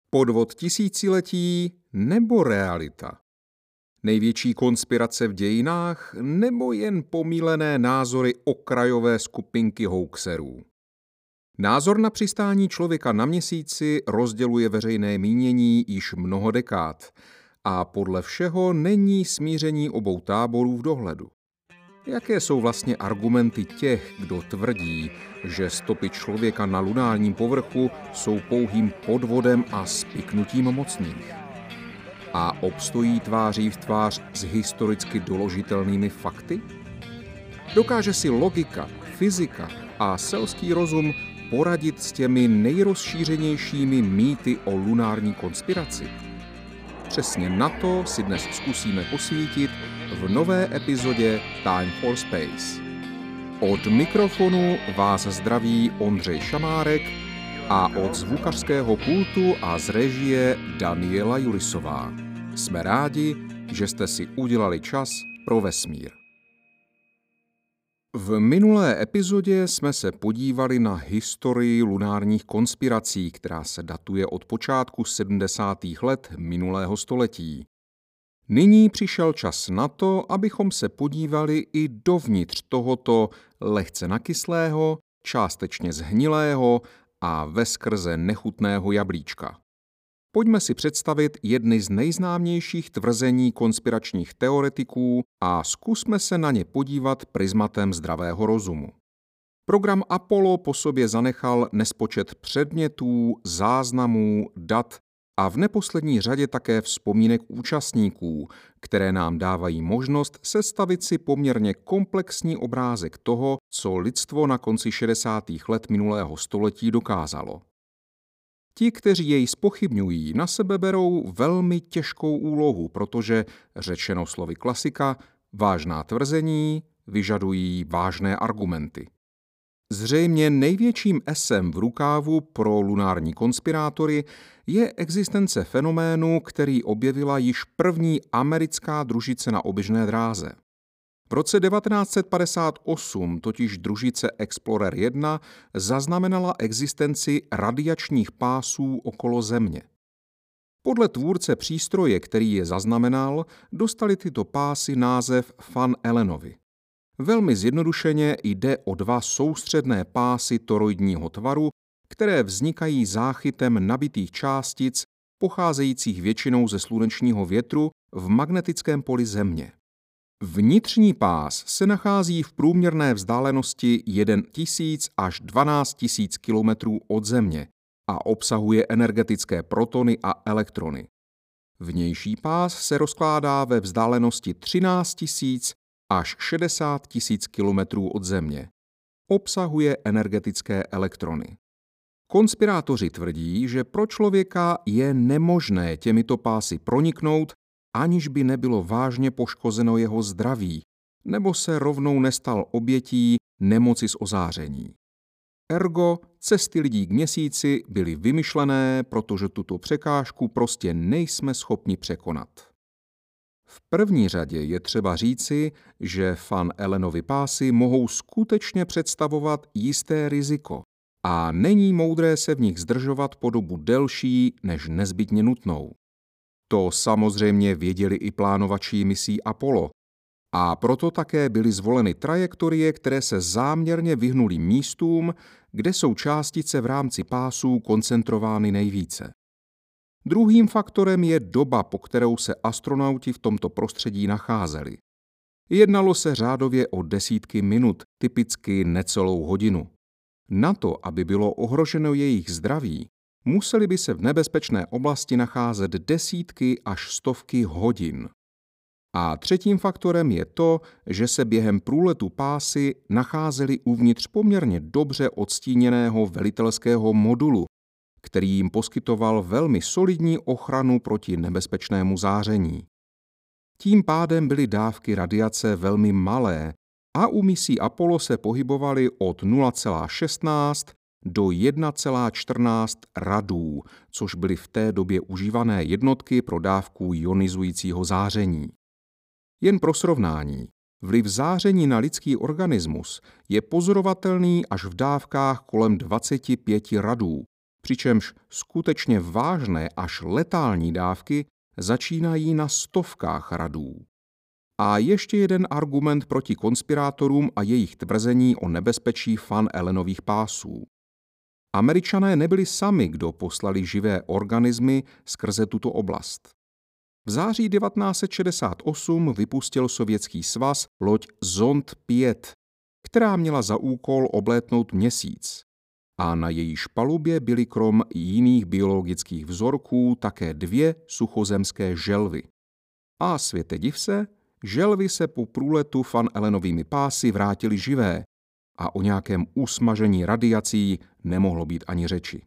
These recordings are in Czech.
Podvod tisíciletí nebo realita? Největší konspirace v dějinách nebo jen pomílené názory okrajové skupinky hoaxerů? Názor na přistání člověka na měsíci rozděluje veřejné mínění již mnoho dekád a podle všeho není smíření obou táborů v dohledu. Jaké jsou vlastně argumenty těch, kdo tvrdí, že stopy člověka na lunárním povrchu jsou pouhým podvodem a spiknutím mocných? A obstojí tváří v tvář s historicky doložitelnými fakty? Dokáže si logika, fyzika a selský rozum poradit s těmi nejrozšířenějšími mýty o lunární konspiraci? Přesně na to si dnes zkusíme posvítit v nové epizodě Time for Space. Od mikrofonu vás zdraví Ondřej Šamárek a od zvukařského pultu a z režie Daniela Jurisová. Jsme rádi, že jste si udělali čas pro vesmír. V minulé epizodě jsme se podívali na historii lunárních konspirací, která se datuje od počátku 70. let minulého století. Nyní přišel čas na to, abychom se podívali i dovnitř tohoto lehce nakyslého, částečně zhnilého a veskrze nechutného jablíčka. Pojďme si představit jedny z nejznámějších tvrzení konspiračních teoretiků a zkusme se na ně podívat prismatem zdravého rozumu. Program Apollo po sobě zanechal nespočet předmětů, záznamů, dat a v neposlední řadě také vzpomínek účastníků, které nám dávají možnost sestavit si poměrně komplexní obrázek toho, co lidstvo na konci 60. let minulého století dokázalo. Ti, kteří jej zpochybňují, na sebe berou velmi těžkou úlohu, protože, řečeno slovy klasika, vážná tvrzení vyžadují vážné argumenty. Zřejmě největším esem v rukávu pro lunární konspirátory je existence fenoménu, který objevila již první americká družice na oběžné dráze. V roce 1958 totiž družice Explorer 1 zaznamenala existenci radiačních pásů okolo Země. Podle tvůrce přístroje, který je zaznamenal, dostaly tyto pásy název Van Allenovi. Velmi zjednodušeně jde o dva soustředné pásy toroidního tvaru, které vznikají záchytem nabitých částic, pocházejících většinou ze slunečního větru v magnetickém poli Země. Vnitřní pás se nachází v průměrné vzdálenosti 1000 až 12 000 kilometrů od Země a obsahuje energetické protony a elektrony. Vnější pás se rozkládá ve vzdálenosti 13 000 až 60 000 kilometrů od Země. Obsahuje energetické elektrony. Konspirátoři tvrdí, že pro člověka je nemožné těmito pásy proniknout, aniž by nebylo vážně poškozeno jeho zdraví, nebo se rovnou nestal obětí nemoci z ozáření. Ergo, cesty lidí k měsíci byly vymyšlené, protože tuto překážku prostě nejsme schopni překonat. V první řadě je třeba říci, že Van Allenovy pásy mohou skutečně představovat jisté riziko a není moudré se v nich zdržovat po dobu delší než nezbytně nutnou. To samozřejmě věděli i plánovači misí Apollo a proto také byly zvoleny trajektorie, které se záměrně vyhnuly místům, kde jsou částice v rámci pásů koncentrovány nejvíce. Druhým faktorem je doba, po kterou se astronauti v tomto prostředí nacházeli. Jednalo se řádově o desítky minut, typicky necelou hodinu. Na to, aby bylo ohroženo jejich zdraví, museli by se v nebezpečné oblasti nacházet desítky až stovky hodin. A třetím faktorem je to, že se během průletu pásy nacházeli uvnitř poměrně dobře odstíněného velitelského modulu, který jim poskytoval velmi solidní ochranu proti nebezpečnému záření. Tím pádem byly dávky radiace velmi malé a u misí Apollo se pohybovaly od 0,16 do 1,14 radů, což byly v té době užívané jednotky pro dávku ionizujícího záření. Jen pro srovnání, vliv záření na lidský organismus je pozorovatelný až v dávkách kolem 25 radů, Přičemž skutečně vážné až letální dávky začínají na stovkách radů. A ještě jeden argument proti konspirátorům a jejich tvrzení o nebezpečí Van Allenových pásů. Američané nebyli sami, kdo poslali živé organismy skrze tuto oblast. V září 1968 vypustil Sovětský svaz loď Zond 5, která měla za úkol oblétnout Měsíc. A na jejíž palubě byly krom jiných biologických vzorků také 2 suchozemské želvy. A světe div se, želvy se po průletu Van Allenovými pásy vrátily živé a o nějakém usmažení radiací nemohlo být ani řeči.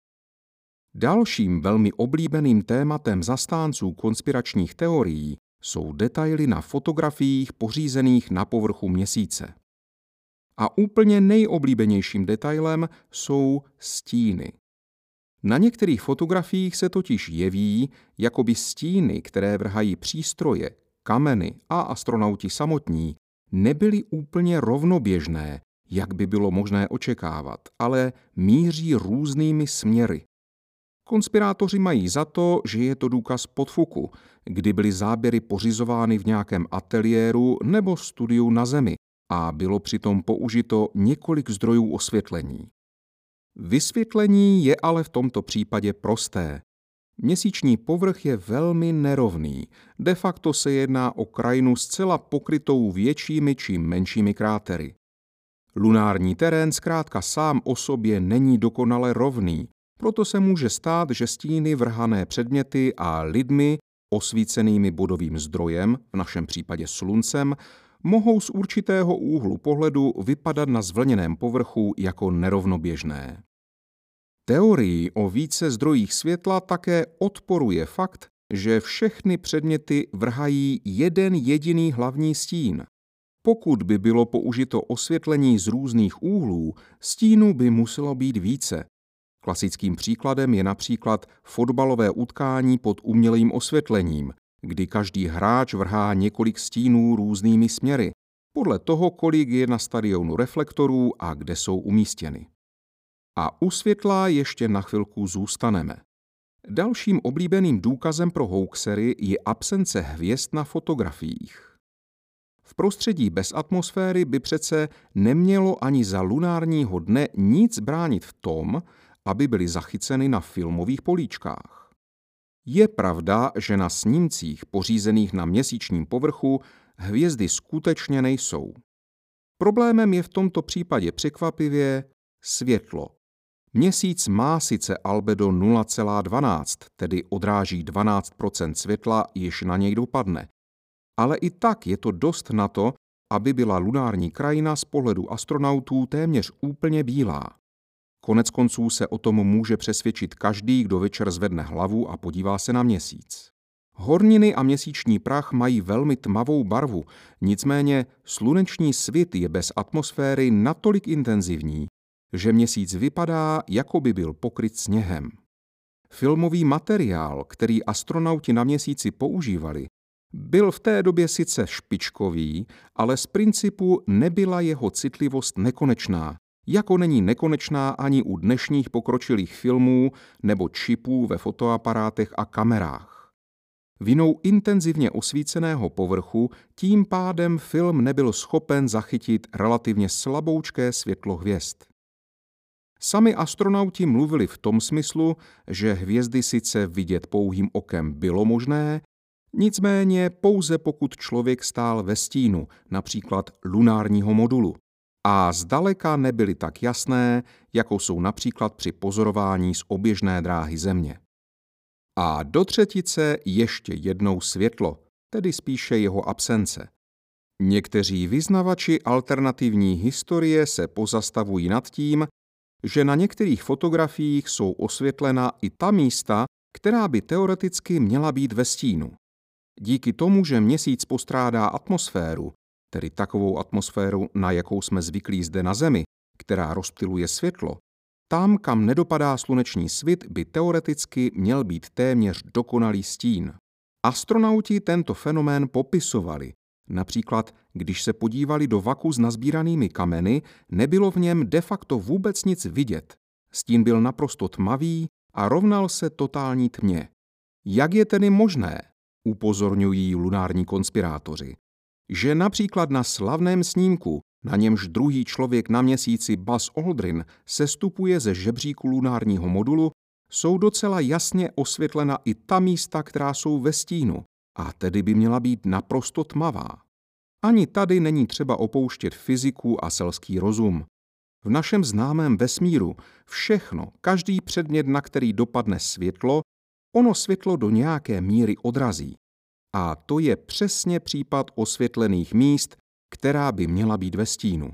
Dalším velmi oblíbeným tématem zastánců konspiračních teorií jsou detaily na fotografiích pořízených na povrchu Měsíce. A úplně nejoblíbenějším detailem jsou stíny. Na některých fotografiích se totiž jeví, jakoby stíny, které vrhají přístroje, kameny a astronauti samotní, nebyly úplně rovnoběžné, jak by bylo možné očekávat, ale míří různými směry. Konspirátoři mají za to, že je to důkaz podfuku, kdy byly záběry pořizovány v nějakém ateliéru nebo studiu na Zemi a bylo přitom použito několik zdrojů osvětlení. Vysvětlení je ale v tomto případě prosté. Měsíční povrch je velmi nerovný, de facto se jedná o krajinu zcela pokrytou většími či menšími krátery. Lunární terén zkrátka sám o sobě není dokonale rovný, proto se může stát, že stíny vrhané předměty a lidmi osvícenými bodovým zdrojem, v našem případě sluncem, mohou z určitého úhlu pohledu vypadat na zvlněném povrchu jako nerovnoběžné. Teorii o více zdrojích světla také odporuje fakt, že všechny předměty vrhají jeden jediný hlavní stín. Pokud by bylo použito osvětlení z různých úhlů, stínů by muselo být více. Klasickým příkladem je například fotbalové utkání pod umělým osvětlením, kdy každý hráč vrhá několik stínů různými směry, podle toho, kolik je na stadionu reflektorů a kde jsou umístěny. A u světla ještě na chvilku zůstaneme. Dalším oblíbeným důkazem pro hoaxery je absence hvězd na fotografiích. V prostředí bez atmosféry by přece nemělo ani za lunárního dne nic bránit v tom, aby byly zachyceny na filmových políčkách. Je pravda, že na snímcích pořízených na měsíčním povrchu hvězdy skutečně nejsou. Problémem je v tomto případě překvapivě světlo. Měsíc má sice albedo 0,12, tedy odráží 12% světla, jež na něj dopadne. Ale i tak je to dost na to, aby byla lunární krajina z pohledu astronautů téměř úplně bílá. Koneckonců se o tom může přesvědčit každý, kdo večer zvedne hlavu a podívá se na Měsíc. Horniny a měsíční prach mají velmi tmavou barvu, nicméně sluneční svit je bez atmosféry natolik intenzivní, že Měsíc vypadá, jako by byl pokryt sněhem. Filmový materiál, který astronauti na Měsíci používali, byl v té době sice špičkový, ale z principu nebyla jeho citlivost nekonečná, jako není nekonečná ani u dnešních pokročilých filmů nebo čipů ve fotoaparátech a kamerách. Vinou intenzivně osvíceného povrchu tím pádem film nebyl schopen zachytit relativně slaboučké světlo hvězd. Sami astronauti mluvili v tom smyslu, že hvězdy sice vidět pouhým okem bylo možné, nicméně pouze pokud člověk stál ve stínu, například lunárního modulu, a zdaleka nebyly tak jasné, jako jsou například při pozorování z oběžné dráhy Země. A do třetice ještě jednou světlo, tedy spíše jeho absence. Někteří vyznavači alternativní historie se pozastavují nad tím, že na některých fotografiích jsou osvětlena i ta místa, která by teoreticky měla být ve stínu. Díky tomu, že Měsíc postrádá atmosféru, tedy takovou atmosféru, na jakou jsme zvyklí zde na Zemi, která rozptyluje světlo, tam, kam nedopadá sluneční svit, by teoreticky měl být téměř dokonalý stín. Astronauti tento fenomén popisovali. Například, když se podívali do vaku s nazbíranými kameny, nebylo v něm de facto vůbec nic vidět. Stín byl naprosto tmavý a rovnal se totální tmě. Jak je tedy možné, upozorňují lunární konspirátoři, že například na slavném snímku, na němž druhý člověk na měsíci Buzz Aldrin sestupuje ze žebříku lunárního modulu, jsou docela jasně osvětlena i ta místa, která jsou ve stínu, a tedy by měla být naprosto tmavá. Ani tady není třeba opouštět fyziku a selský rozum. V našem známém vesmíru všechno, každý předmět, na který dopadne světlo, ono světlo do nějaké míry odrazí. A to je přesně případ osvětlených míst, která by měla být ve stínu.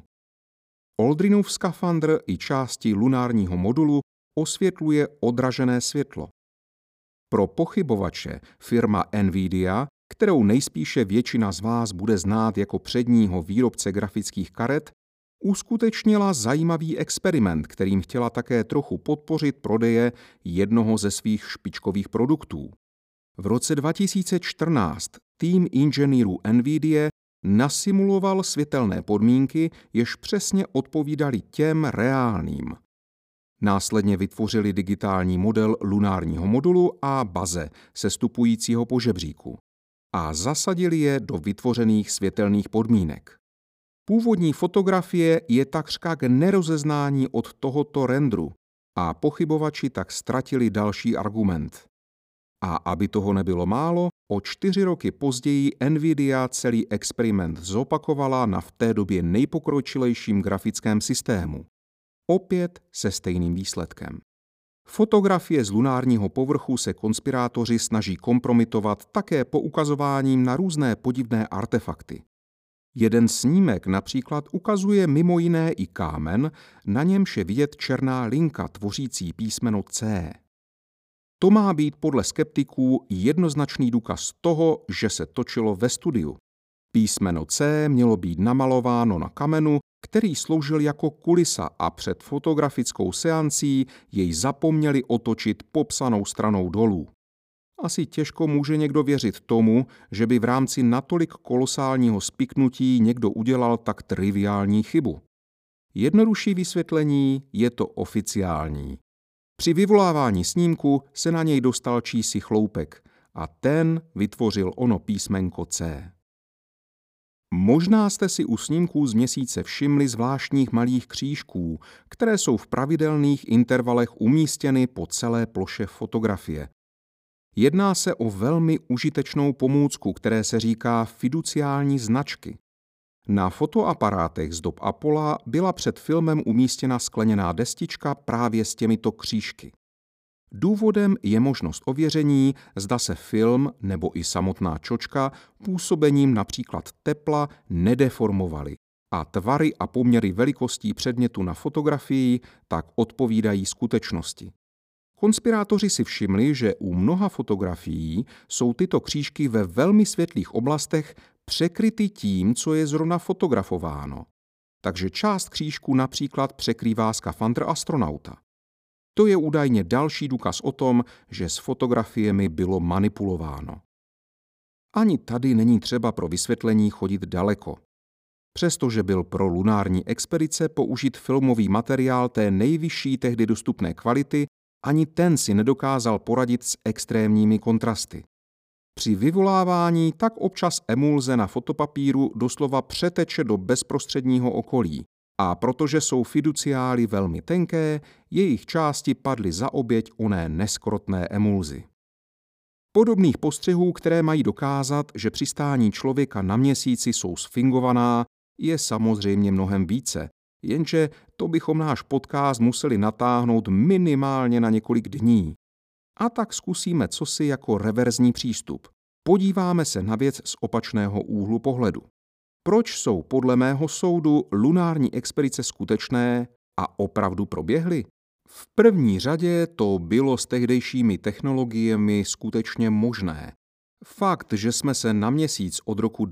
Aldrinův skafandr i části lunárního modulu osvětluje odražené světlo. Pro pochybovače firma Nvidia, kterou nejspíše většina z vás bude znát jako předního výrobce grafických karet, uskutečnila zajímavý experiment, kterým chtěla také trochu podpořit prodeje jednoho ze svých špičkových produktů. V roce 2014 tým inženýrů Nvidia nasimuloval světelné podmínky, jež přesně odpovídaly těm reálným. Následně vytvořili digitální model lunárního modulu a baze, sestupujícího po žebříku, a zasadili je do vytvořených světelných podmínek. Původní fotografie je takřka k nerozeznání od tohoto rendru a pochybovači tak ztratili další argument. A aby toho nebylo málo, o 4 roky později Nvidia celý experiment zopakovala na v té době nejpokročilejším grafickém systému. Opět se stejným výsledkem. Fotografie z lunárního povrchu se konspirátoři snaží kompromitovat také poukazováním na různé podivné artefakty. Jeden snímek například ukazuje mimo jiné i kámen, na němž je vidět černá linka tvořící písmeno C. To má být podle skeptiků jednoznačný důkaz toho, že se točilo ve studiu. Písmeno C mělo být namalováno na kamenu, který sloužil jako kulisa, a před fotografickou seancí jej zapomněli otočit popsanou stranou dolů. Asi těžko může někdo věřit tomu, že by v rámci natolik kolosálního spiknutí někdo udělal tak triviální chybu. Jednodušší vysvětlení je to oficiální. Při vyvolávání snímku se na něj dostal čísi chloupek a ten vytvořil ono písmenko C. Možná jste si u snímků z Měsíce všimli zvláštních malých křížků, které jsou v pravidelných intervalech umístěny po celé ploše fotografie. Jedná se o velmi užitečnou pomůcku, které se říká fiduciální značky. Na fotoaparátech z dob Apollo byla před filmem umístěna skleněná destička právě s těmito křížky. Důvodem je možnost ověření, zda se film nebo i samotná čočka působením například tepla nedeformovaly a tvary a poměry velikostí předmětu na fotografii tak odpovídají skutečnosti. Konspirátoři si všimli, že u mnoha fotografií jsou tyto křížky ve velmi světlých oblastech překryty tím, co je zrovna fotografováno. Takže část křížku například překrývá skafandr astronauta. To je údajně další důkaz o tom, že s fotografiemi bylo manipulováno. Ani tady není třeba pro vysvětlení chodit daleko. Přestože byl pro lunární expedice použit filmový materiál té nejvyšší tehdy dostupné kvality, ani ten si nedokázal poradit s extrémními kontrasty. Při vyvolávání tak občas emulze na fotopapíru doslova přeteče do bezprostředního okolí, a protože jsou fiduciály velmi tenké, jejich části padly za oběť oné neskrotné emulzi. Podobných postřehů, které mají dokázat, že přistání člověka na Měsíci jsou sfingovaná, je samozřejmě mnohem více, jenže to bychom náš podcast museli natáhnout minimálně na několik dní. A tak zkusíme cosi jako reverzní přístup. Podíváme se na věc z opačného úhlu pohledu. Proč jsou podle mého soudu lunární expedice skutečné a opravdu proběhly? V první řadě to bylo s tehdejšími technologiemi skutečně možné. Fakt, že jsme se na Měsíc od roku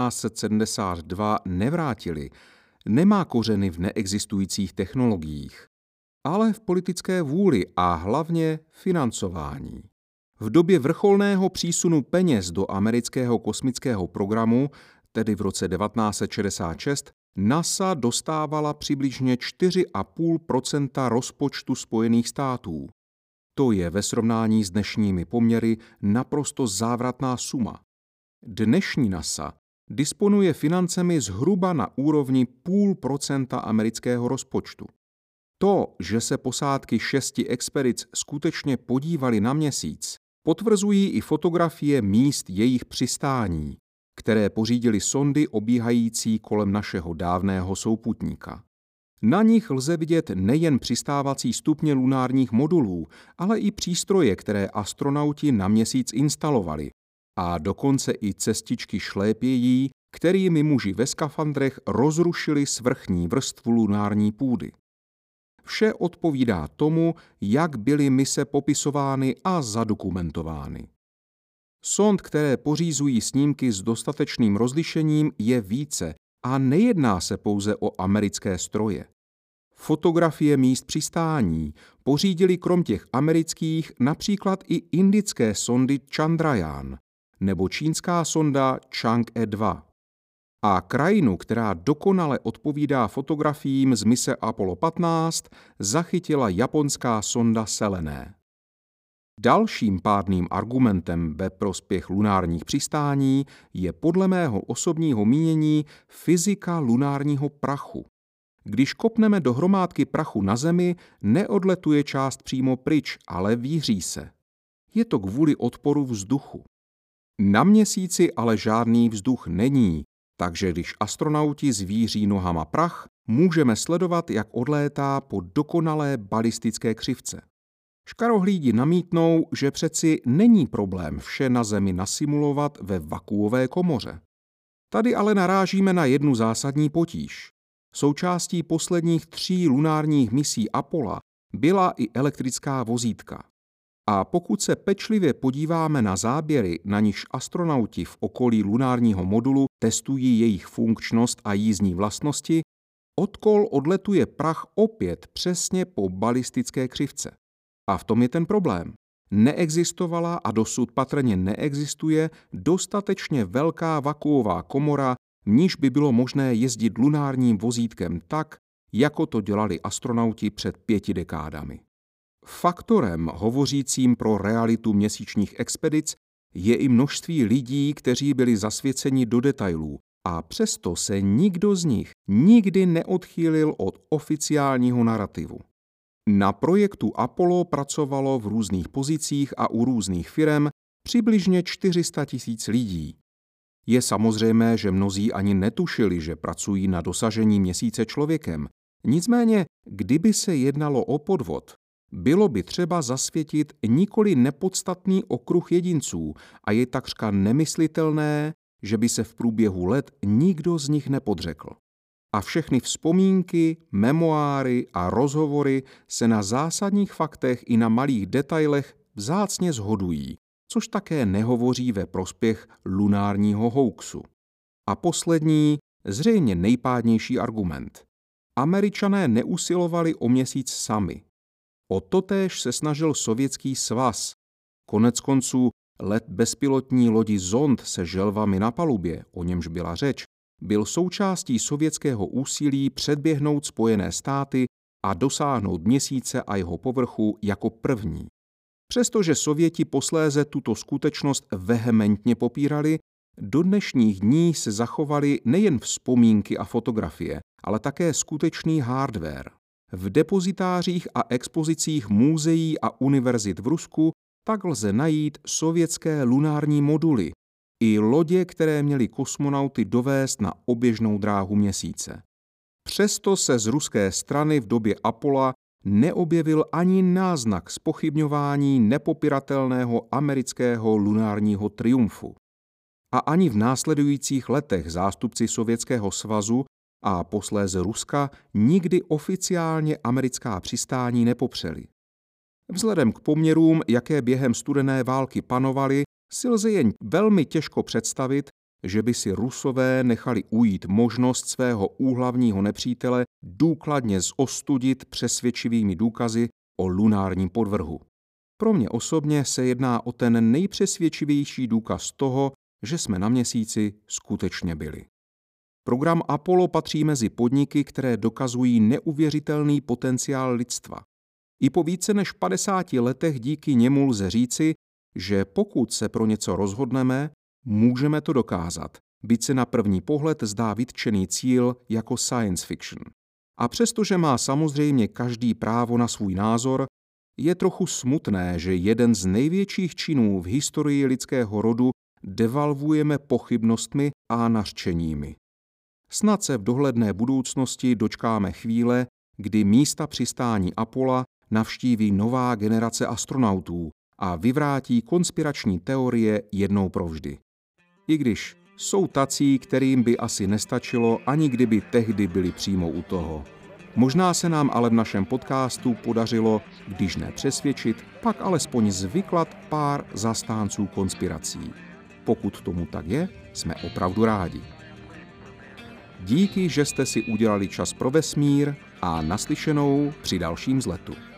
1972 nevrátili, nemá kořeny v neexistujících technologiích, ale v politické vůli a hlavně financování. V době vrcholného přísunu peněz do amerického kosmického programu, tedy v roce 1966, NASA dostávala přibližně 4,5% rozpočtu Spojených států. To je ve srovnání s dnešními poměry naprosto závratná suma. Dnešní NASA disponuje financemi zhruba na úrovni 0,5% amerického rozpočtu. To, že se posádky 6 expedic skutečně podívaly na Měsíc, potvrzují i fotografie míst jejich přistání, které pořídily sondy obíhající kolem našeho dávného souputníka. Na nich lze vidět nejen přistávací stupně lunárních modulů, ale i přístroje, které astronauti na Měsíc instalovali, a dokonce i cestičky šlépějí, kterými muži ve skafandrech rozrušili svrchní vrstvu lunární půdy. Vše odpovídá tomu, jak byly mise popisovány a zadokumentovány. Sond, které pořizují snímky s dostatečným rozlišením, je více a nejedná se pouze o americké stroje. Fotografie míst přistání pořídili krom těch amerických například i indické sondy Chandrayaan nebo čínská sonda Chang'e-2. A krajinu, která dokonale odpovídá fotografiím z mise Apollo 15, zachytila japonská sonda Selene. Dalším pádným argumentem ve prospěch lunárních přistání je podle mého osobního mínění fyzika lunárního prachu. Když kopneme do hromádky prachu na Zemi, neodletuje část přímo pryč, ale víří se. Je to kvůli odporu vzduchu. Na Měsíci ale žádný vzduch není, takže když astronauti zvíří nohama prach, můžeme sledovat, jak odlétá po dokonalé balistické křivce. Škarohlídi namítnou, že přeci není problém vše na Zemi nasimulovat ve vakuové komoře. Tady ale narážíme na jednu zásadní potíž. Součástí posledních 3 lunárních misí Apollo byla i elektrická vozítka. A pokud se pečlivě podíváme na záběry, na nichž astronauti v okolí lunárního modulu testují jejich funkčnost a jízdní vlastnosti, od kol odletuje prach opět přesně po balistické křivce. A v tom je ten problém. Neexistovala a dosud patrně neexistuje dostatečně velká vakuová komora, v níž by bylo možné jezdit lunárním vozítkem tak, jako to dělali astronauti před 5 dekádami. Faktorem hovořícím pro realitu měsíčních expedic je i množství lidí, kteří byli zasvěceni do detailů, a přesto se nikdo z nich nikdy neodchýlil od oficiálního narrativu. Na projektu Apollo pracovalo v různých pozicích a u různých firem přibližně 400 000 lidí. Je samozřejmé, že mnozí ani netušili, že pracují na dosažení Měsíce člověkem. Nicméně, kdyby se jednalo o podvod, bylo by třeba zasvětit nikoli nepodstatný okruh jedinců a je takřka nemyslitelné, že by se v průběhu let nikdo z nich nepodřekl. A všechny vzpomínky, memoáry a rozhovory se na zásadních faktech i na malých detailech vzácně shodují, což také nehovoří ve prospěch lunárního hoaxu. A poslední, zřejmě nejpádnější argument. Američané neusilovali o Měsíc sami. O totéž se snažil Sovětský svaz. Koneckonců let bezpilotní lodi Zond se želvami na palubě, o němž byla řeč, byl součástí sovětského úsilí předběhnout Spojené státy a dosáhnout Měsíce a jeho povrchu jako první. Přestože Sověti posléze tuto skutečnost vehementně popírali, do dnešních dní se zachovaly nejen vzpomínky a fotografie, ale také skutečný hardware. V depozitářích a expozicích muzeí a univerzit v Rusku tak lze najít sovětské lunární moduly i lodě, které měly kosmonauty dovést na oběžnou dráhu Měsíce. Přesto se z ruské strany v době Apollo neobjevil ani náznak zpochybňování nepopiratelného amerického lunárního triumfu. A ani v následujících letech zástupci Sovětského svazu a posléze Ruska nikdy oficiálně americká přistání nepopřeli. Vzhledem k poměrům, jaké během studené války panovaly, si lze jen velmi těžko představit, že by si Rusové nechali ujít možnost svého úhlavního nepřítele důkladně zostudit přesvědčivými důkazy o lunárním podvrhu. Pro mě osobně se jedná o ten nejpřesvědčivější důkaz toho, že jsme na Měsíci skutečně byli. Program Apollo patří mezi podniky, které dokazují neuvěřitelný potenciál lidstva. I po více než 50 letech díky němu lze říci, že pokud se pro něco rozhodneme, můžeme to dokázat, byť se na první pohled zdá vytčený cíl jako science fiction. A přestože má samozřejmě každý právo na svůj názor, je trochu smutné, že jeden z největších činů v historii lidského rodu devalvujeme pochybnostmi a nařčeními. Snad se v dohledné budoucnosti dočkáme chvíle, kdy místa přistání Apollo navštíví nová generace astronautů a vyvrátí konspirační teorie jednou provždy. I když jsou tací, kterým by asi nestačilo, ani kdyby tehdy byli přímo u toho. Možná se nám ale v našem podcastu podařilo, když ne přesvědčit, pak alespoň zvyklat pár zastánců konspirací. Pokud tomu tak je, jsme opravdu rádi. Díky, že jste si udělali čas pro vesmír a naslyšenou při dalším vzletu.